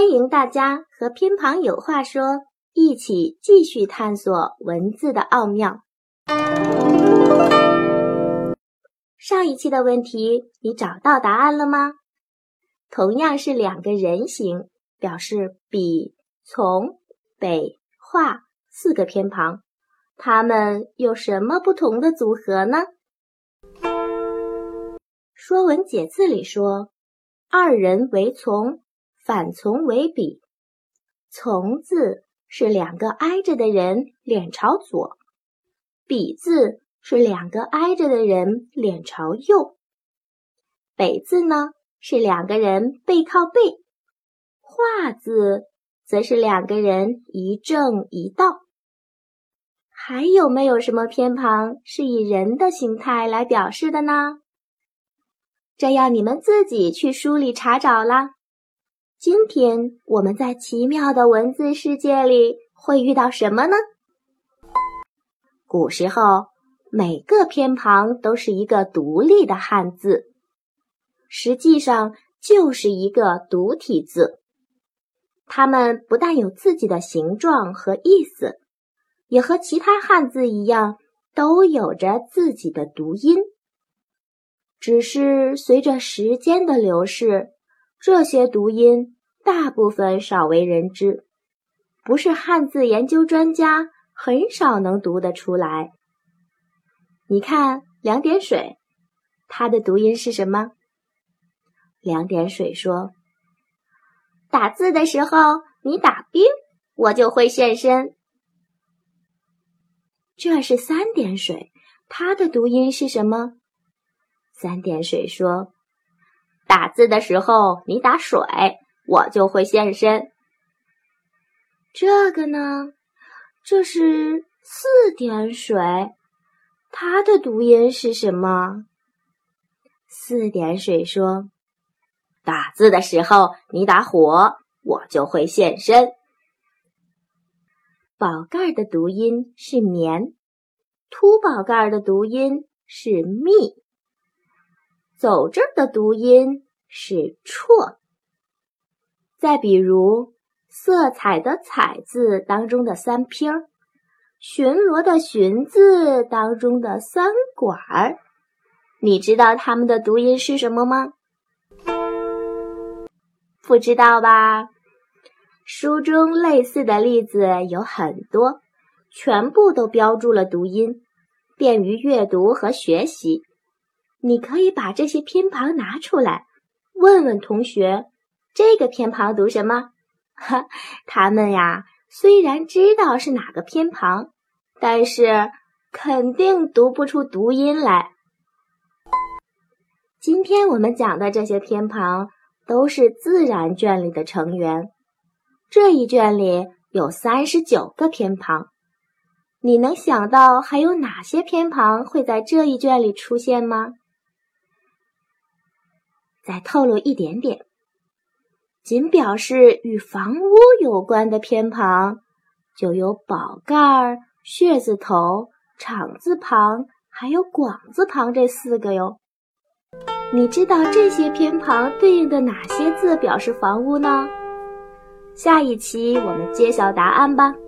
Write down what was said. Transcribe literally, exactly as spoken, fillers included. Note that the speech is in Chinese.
欢迎大家和偏旁有话说一起继续探索文字的奥妙。上一期的问题，你找到答案了吗？同样是两个人形，表示比、从、北、画四个偏旁，它们有什么不同的组合呢？说文解字里说，二人为从，反从为比。从字是两个挨着的人脸朝左，比字是两个挨着的人脸朝右，北字呢是两个人背靠背，画字则是两个人一正一倒。还有没有什么偏旁是以人的形态来表示的呢？这要你们自己去书里查找啦。今天我们在奇妙的文字世界里会遇到什么呢？古时候，每个偏旁都是一个独立的汉字，实际上就是一个独体字。它们不但有自己的形状和意思，也和其他汉字一样，都有着自己的读音。只是随着时间的流逝，这些读音大部分少为人知，不是汉字研究专家很少能读得出来。你看两点水，它的读音是什么？两点水说，打字的时候你打冰，我就会现身。这是三点水，它的读音是什么？三点水说，打字的时候你打水，我就会现身。这个呢，这是四点水，它的读音是什么？四点水说，打字的时候你打火，我就会现身。宝盖的读音是棉，凸宝盖的读音是密，走这儿的读音是辍。再比如色彩的彩字当中的三撇儿，巡逻的巡字当中的三管儿，你知道它们的读音是什么吗？不知道吧？书中类似的例子有很多，全部都标注了读音，便于阅读和学习。你可以把这些偏旁拿出来，问问同学，这个偏旁读什么？哈，他们呀，虽然知道是哪个偏旁，但是肯定读不出读音来。今天我们讲的这些偏旁都是自然卷里的成员，这一卷里有三十九个偏旁。你能想到还有哪些偏旁会在这一卷里出现吗？再透露一点点，仅表示与房屋有关的偏旁，就有宝盖、穴字头、厂字旁，还有广字旁这四个哟。你知道这些偏旁对应的哪些字表示房屋呢？下一期我们揭晓答案吧。